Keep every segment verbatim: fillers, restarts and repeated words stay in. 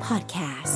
Podcast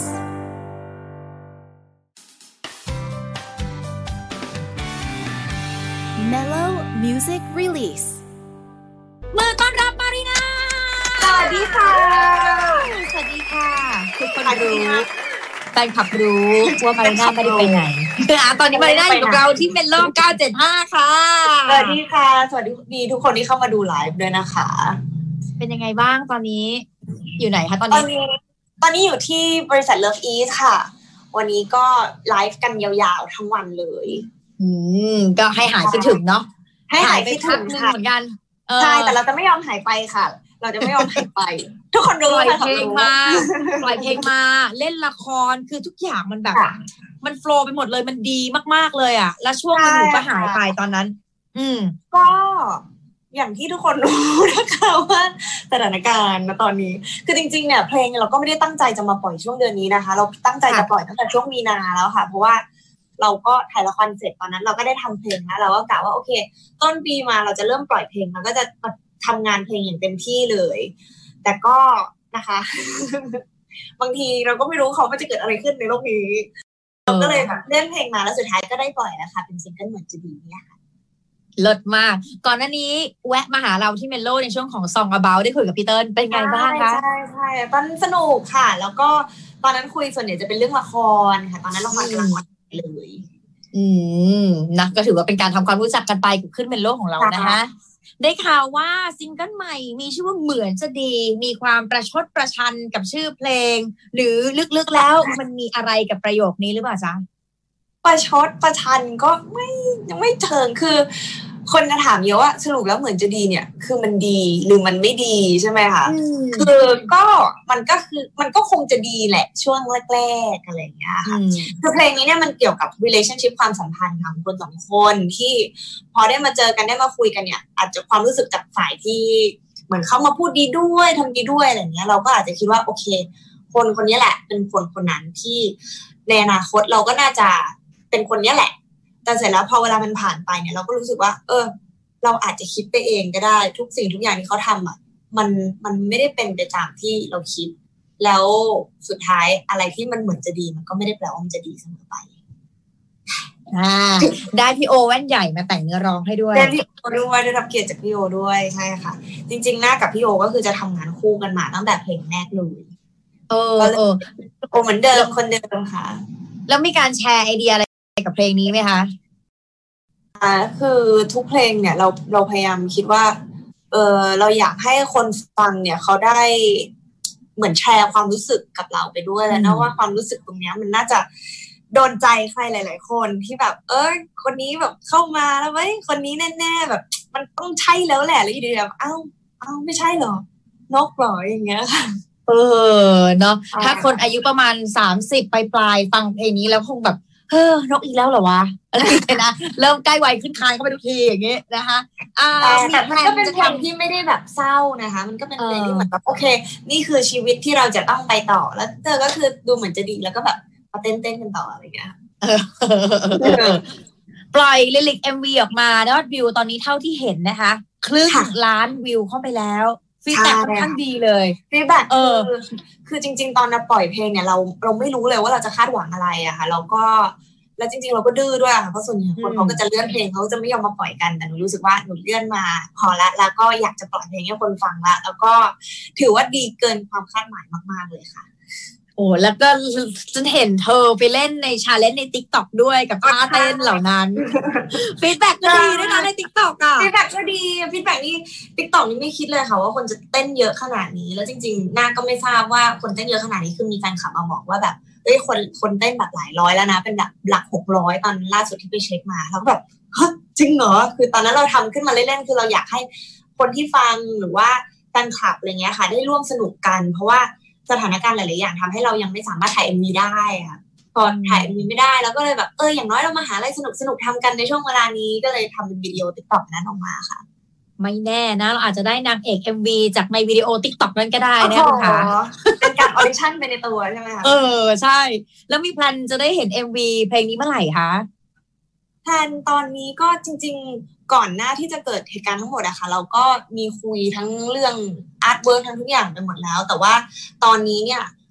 Mellow Music Release มือต้อนรับมารีนาสวัสดีค่ะสวัสดีค่ะทุกคนรู้แฟนคลับรู้ว่ามารีนาไม่ได้ไปไหนตอนนี้มารีนาอยู่กับเราที่เมลโล่เก้าเจ็ดห้าค่ะสวัสดีค่ะสวัสดีทุกคนที่เข้ามาดูไลฟ์ด้วยนะคะเป็นยังไงบ้างตอนนี้อยู่ไหนคะตอนนี้ตอนนี้ตอนนี้อยู่ที่บริษัท Love East ค่ะวันนี้ก็ไลฟ์กันยาวๆทั้งวันเลยอืมก็ให้หายคิดถึงเนาะให้หายคิดถึงค่ะเหมือนกันใช่แต่เราจะไม่ยอมหายไปค่ะเราจะไม่ยอมหายไปทุกคนรู้ปล่อยเพลงมาปล่อยเพลงมาเล่นละครคือทุกอย่างมันแบบมันโฟลว์ไปหมดเลยมันดีมากๆเลยอ่ะแล้วช่วงนึงหนูก็หายไปตอนนั้น อืมก็อย่างที่ทุกคนรู้นะคะว่าสถานการณ์ณตอนนี้คือจริงๆเนี่ยเพลงเราก็ไม่ได้ตั้งใจจะมาปล่อยช่วงเดือนนี้นะคะเราตั้งใจจะปล่อยตั้งแต่ช่วงมีนาแล้วค่ะเพราะว่าเราก็ถ่ายละครเสร็จตอนนั้นเราก็ได้ทำเพลงแล้วเราก็กะว่าโอเคต้นปีมาเราจะเริ่มปล่อยเพลงเราก็จะมาทำงานเพลงอย่างเต็มที่เลยแต่ก็นะคะ บางทีเราก็ไม่รู้เขาว่าจะเกิดอะไรขึ้นในโลกนี้เราก็เลยแบบเล่นเพลงมาแล้วสุดท้ายก็ได้ปล่อยแล้วค่ะเป็นซิงเกิลเหมือนจะดีเนี่ยค่ะเลิศมากก่อนหน้านี้แวะมาหาเราที่เมลโล่ในช่วงของ Song About ได้คุยกับพี่เติ้ลเป็นไงบ้างคะใช่ใช่ตอนสนุกค่ะแล้วก็ตอนนั้นคุยส่วนใหญ่จะเป็นเรื่องละครค่ะตอนนั้นละครกำลังเลยอืมนะก็ถือว่าเป็นการทำความรู้จักกันไปกับขึ้นเมลโล่ของเรานะคะได้ข่าวว่าซิงเกิลใหม่มีชื่อว่าเหมือนจะดีมีความประชดประชันกับชื่อเพลงหรือลึกๆแล้วมันมีอะไรกับประโยคนี้หรือเปล่าจ๊ะประชดประชันก็ไม่ยังไม่เชิงคือคนจะถามเยอะว่าสรุปแล้วเหมือนจะดีเนี่ยคือมันดีหรือมันไม่ดีใช่ไหมคะคือก็มันก็คือมันก็คงจะดีแหละช่วงแรกๆอะไรอย่างเงี้ยค่ะคือเพลงนี้เนี่ยมันเกี่ยวกับ relationship ความสัมพันธ์ของคนสองคนที่พอได้มาเจอกันได้มาคุยกันเนี่ยอาจจะความรู้สึกจากฝ่ายที่เหมือนเขามาพูดดีด้วยทำดีด้วยอะไรอย่างเงี้ยเราก็อาจจะคิดว่าโอเคคนคนนี้แหละเป็นคนคนนั้นที่ในอนาคตเราก็น่าจะเป็นคนนี้แหละแต่เสร็จแล้วพอเวลามันผ่านไปเนี่ยเราก็รู้สึกว่าเออเราอาจจะคิดไปเองก็ได้ทุกสิ่งทุกอย่างที่เขาทำอ่ะมันมันไม่ได้เป็นไปตามที่เราคิดแล้วสุดท้ายอะไรที่มันเหมือนจะดีมันก็ไม่ได้แปลว่ามันจะดีเสมอไปอ่าได้พี่โอแว่นใหญ่มาแต่งเนื้อร้องให้ด้วยได้พี่โอด้วยได้รับเกียรติจากพี่โอด้วยใช่ค่ะจริงๆหน้ากับพี่โอก็คือจะทำงานคู่กันมาตั้งแต่เพลงแรกเลยเออเออโอเหมือนเดิมคนเดิมค่ะแล้วมีการแชร์ไอเดียอะไรกับเพลงนี้ไหมคะอ่าคือทุกเพลงเนี่ยเราเราพยายามคิดว่าเออเราอยากให้คนฟังเนี่ยเขาได้เหมือนแชร์ความรู้สึกกับเราไปด้วยแล้วนะว่าความรู้สึกตรงนี้มันน่าจะโดนใจใครหลายๆคนที่แบบเออคนนี้แบบเข้ามาแล้วเว้ยคนนี้แน่ๆแบบมันต้องใช่แล้วแหละแล้วอยู่ดีแบบเอ้าเอ้าไม่ใช่หรอนกหรออย่างเงี้ยค่ะเออเนาะถ้าคนอายุประมาณสามสิบปลายๆฟังเพลงนี้แล้วคงแบบเฮ้อนกอีกแล้วเหรอวะอะไรอย่างเงี้ยนะเริ่มใกล้วัยขึ้นคานเข้าไปทุกทีอย่างเงี้ยนะคะอ่าแต่มันก็เป็นเพลงที่ไม่ได้แบบเศร้านะคะมันก็เป็นเพลงที่เหมือนแบบโอเคนี่คือชีวิตที่เราจะต้องไปต่อแล้วเธอก็คือดูเหมือนจะดีแล้วก็แบบมาเต้นเต้นกันต่ออะไรอย่างเงี้ยปล่อยลิลิก เอ็ม วี ออกมายอดวิวตอนนี้เท่าที่เห็นนะคะครึ่งล้านวิวเข้าไปแล้วฟีดแบ็กค่อนข้างดีเลยฟีดแบ็กเออคือจริงๆตอนเราปล่อยเพลงเนี่ยเราเราไม่รู้เลยว่าเราจะคาดหวังอะไรอะค่ะเราก็แล้วจริงๆเราก็ดื้อด้วยค่ะเพราะส่วนใหญ่คนเขาก็จะเลื่อนเพลงเขาจะไม่ยอมมาปล่อยกันแต่หนูรู้สึกว่าหนูเลื่อนมาพอละแล้วก็อยากจะปล่อยเพลงให้คนฟังละแล้วก็ถือว่าดีเกินความคาดหมายมากๆเลยค่ะโอ้แล้วก็ฉันเห็นเธอไปเล่นในชาเลนจ์ใน TikTok ด้วยกับท่าเต้นเหล่านั้นฟีดแบ็กก็ดีด้วยนะใน TikTok อ่ะฟีดแบ็กก็ดีฟีดแบ็กนี่ TikTok นี่ไม่คิดเลยค่ะว่าคนจะเต้นเยอะขนาดนี้แล้วจริงๆหน้าก็ไม่ทราบว่าคนเต้นเยอะขนาดนี้คือมีแฟนคลับมาบอกว่าแบบเฮ้ยคนคนเต้นแบบหลายร้อยแล้วนะเป็นแบบหลักหกร้อยตอนล่าสุดที่ไปเช็คมาแล้วก็แบบฮะจริงเหรอคือตอนนั้นเราทำขึ้นมาเล่นๆคือเราอยากให้คนที่ฟังหรือว่าแฟนคลับอะไรเงี้ยค่ะได้ร่วมสนุกกันเพราะว่าสถานการณ์หลายๆอย่างทำให้เรายังไม่สามารถถ่าย เอ็ม วี ได้ค่ะพอถ่าย เอ็ม วี ไม่ได้แล้วก็เลยแบบเอออย่างน้อยเรามาหาอะไรสนุกสนุกทำกันในช่วงเวลานี้ก็เลยทำเป็นวิดีโอ TikTok นั้นออกมาค่ะไม่แน่นะเราอาจจะได้นางเอก เอ็ม วี จากในวิดีโอ TikTok นั้นก็ได้นะคุณคะเป็นการออดิชั่นไปในตัวใช่ไหมคะเออใช่แล้วมีแพลนจะได้เห็น เอ็ม วี เพลงนี้เมื่อไหร่คะแพลนตอนนี้ก็จริงๆก่อนหน้าที่จะเกิดเหตุการณ์ทั้งหมดอะค่ะเราก็มีคุยทั้งเรื่องอาร์ตเวิร์คทั้งทุกอย่างไปหมดแล้วแต่ว่าตอนนี้เนี่ย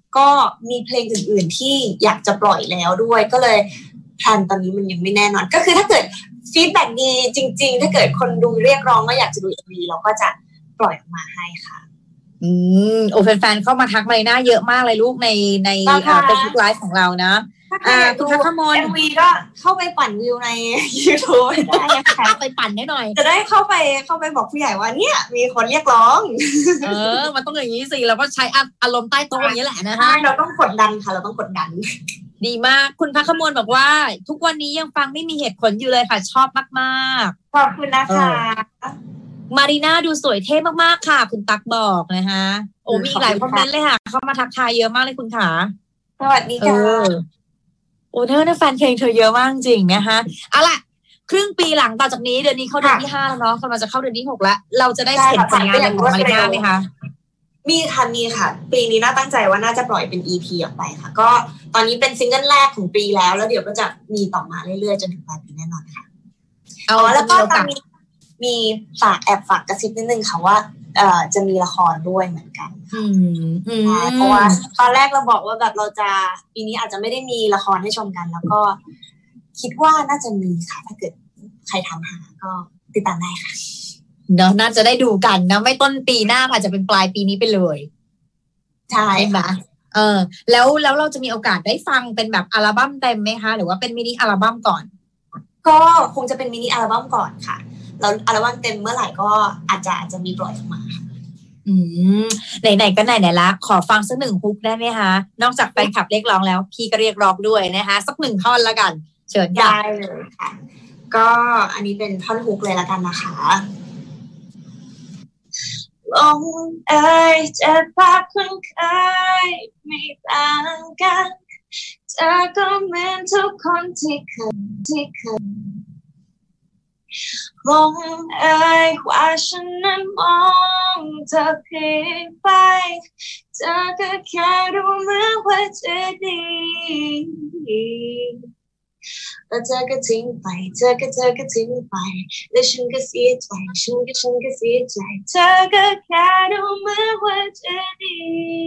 ก็มีเพลงอื่นๆที่อยากจะปล่อยแล้วด้วยก็เลยแพลนตอนนี้มันยังไม่แน่นอนก็คือถ้าเกิดฟีดแบ็กดีจริงๆถ้าเกิดคนดูเรียกร้องว่าอยากจะดู เอ็ม วี เราก็จะปล่อยออกมาให้ค่ะอืมโอ้แฟนๆเข้ามาทักมาหน้าเยอะมากเลยลูกในในอ่า Facebook Live ของเรานะอ่าคุณพักขมล เอ็ม วี ก็เข้าไปปั่นวิวใน YouTube ได้ค่ะไปปั่นได้หน่อยจะได้เข้าไปเข้าไปบอกผู้ใหญ่ว่าเนี่ยมีคนเรียกร้องเออมันต้องอย่างนี้สิเราก็ใช้อารมณ์ใต้โต๊ะอย่างนี้แหละนะฮะเราต้องกดดันค่ะเราต้องกดดันดีมากคุณพักขมลบอกว่าทุกวันนี้ยังฟังไม่มีเหตุผลอยู่เลยค่ะชอบมากๆขอบคุณนะคะมารีน่าดูสวยเท่มากๆค่ะคุณตั๊กบอกนะคะโอ้มีหลายคอมเมนต์เลยค่ะเข้ามาทักทายเยอะมากเลยคุณขาสวัสดีค่ะโอ้เธอเนี่ยแฟนเพลงเธอเยอะมากจริงนะคะเอาล่ะครึ่งปีหลังต่อจากนี้เดือนนี้เข้าเดือนที่ห้าแล้วเนาะกำลังจะเข้าเดือนที่หกแล้วเราจะได้เห็นผลงานอะไรของมารีน่าไหมคะมีค่ะมีค่ะปีนี้น่าตั้งใจว่าน่าจะปล่อยเป็น อี พี ออกไปค่ะก็ตอนนี้เป็นซิงเกิลแรกของปีแล้วแล้วเดี๋ยวก็จะมีต่อมาเรื่อยๆจนถึงปลายปีแน่นอนค่ะอ๋อแล้วก็ตอนนี้มีฝากแอบฝากกระซิบนิดนึงค่ะว่าเอ่อจะมีละครด้วยเหมือนกันอืมเพราะว่าตอนแรกเราบอกว่าแบบเราจะปีนี้อาจจะไม่ได้มีละครให้ชมกันแล้วก็คิดว่าน่าจะมีค่ะถ้าเกิดใครทำหาก็ติดตามได้ค่ะเนาะน่าจะได้ดูกันนะไม่ต้นปีหน้าอาจจะเป็นปลายปีนี้ไปเลยใช่ไหมเออแล้วแล้วเราจะมีโอกาสได้ฟังเป็นแบบอัลบั้มเต็มไหมคะหรือว่าเป็นมินิอัลบั้มก่อนก็คงจะเป็นมินิอัลบั้มก่อนค่ะแล้วอัลบั้มเต็มเมื่อไหร่ก็อาจจะอาจจะมีปล่อยออกมาอืมไหนๆก็ไหนๆละขอฟังสักหนึ่งฮุกได้ไหมคะนอกจากแฟนคลับเรียกร้องแล้วพี่ก็เรียกร้องด้วยนะคะสักหนึ่งท่อนละกันเชิญได้เลยค่ะก็อันนี้เป็นท่อนฮุกเลยละกันนะคะลงเอ่ยเจ็บปากคุ้นเคยไม่ต่างกันเธอก็เหมือนทุกคนที่เคยที่เคยลงเอ่ยว่าฉันนั้นมองเธอเพียงไปเธอก็แค่ดูเหมือนว่าจะดีแล้วเธอก็ทิ้งไปเธอก็เธอก็ทิ้งไปแล้วฉันก็เสียใจฉันก็ฉันก็เสียใจเธอก็แค่ดูเหมือนว่าจะดี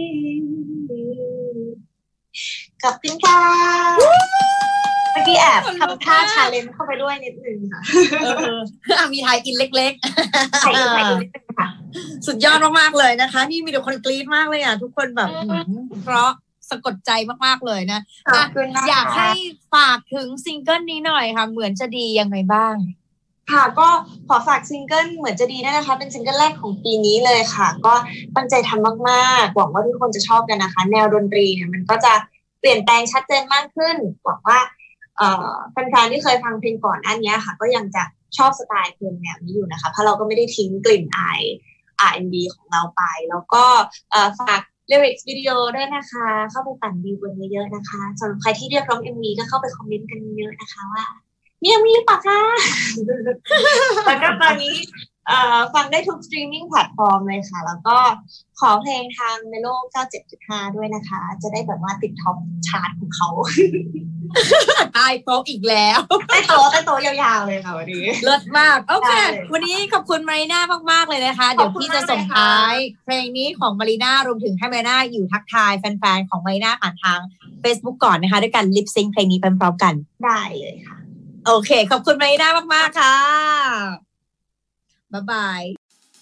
ขอบคุณค่ะเมื่อกี้แอบทำท่าชาเลนจ์เข้าไปด้วยนิดนึงค่ะเออมีไทยอินเล็กๆไทยอินไทยอินเล็กๆค่ะสุดยอดมากๆเลยนะคะนี่มีแต่คนกรี๊ดมากเลยอ่ะทุกคนแบบเพราะสะกดใจมากๆเลยนะอยากให้ฝากถึงซิงเกิลนี้หน่อยค่ะเหมือนจะดียังไงบ้างค่ะก็ขอฝากซิงเกิลเหมือนจะดีด้วยนะคะเป็นซิงเกิลแรกของปีนี้เลยค่ะก็ตั้งใจทำมากๆหวังว่าทุกคนจะชอบกันนะคะแนวดนตรีเนี่ยมันก็จะเปลี่ยนแปลงชัดเจนมากขึ้นหวังว่าเอ่อแฟนๆที่เคยฟังเพลงก่อนอันนี้ค่ะก็ยังจะชอบสไตล์เพลงแนวนี้อยู่นะคะเพราะเราก็ไม่ได้ทิ้งกลิ่นอาย อาร์ แอนด์ บี ของเราไปแล้วก็เอ่อฝากlyrics วิดีโอด้วยนะคะเข้าไปปั่นวิวกันเยอะๆนะคะสำหรับใครที่เรียกร้อง เอ็ม วี ก็เข้าไปคอมเมนต์กันเยอะนะคะว่ามี เอ็ม วี หรือเปล่าคะแล้วก็ตอนนี้ฟังได้ทุกสตรีมมิ่งแพลตฟอร์มเลยค่ะแล้วก็ขอเพลงทางเมโล เก้าเจ็ดจุดห้า ด้วยนะคะจะได้แบบว่าติดท็อปชาร์ตของเขาตายโต๊ะอีกแล้วใต้โต๊ะใต้โต๊ะยาวๆเลยค่ะวันนี้เลิศมากโอเควันนี้ขอบคุณมารีน่ามากๆเลยนะคะเดี๋ยวพี่จะส่งท้ายเพลงนี้ของมารีน่ารวมถึงให้มารีน่าอยู่ทักทายแฟนๆของมารีน่าผ่านทาง Facebook ก่อนนะคะด้วยการลิปซิงค์เพลงนี้พร้อมๆกันได้เลยค่ะโอเคขอบคุณมารีน่ามากๆค่ะบ๊ายบาย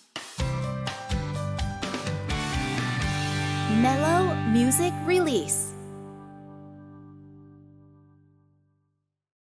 Mellow Music Release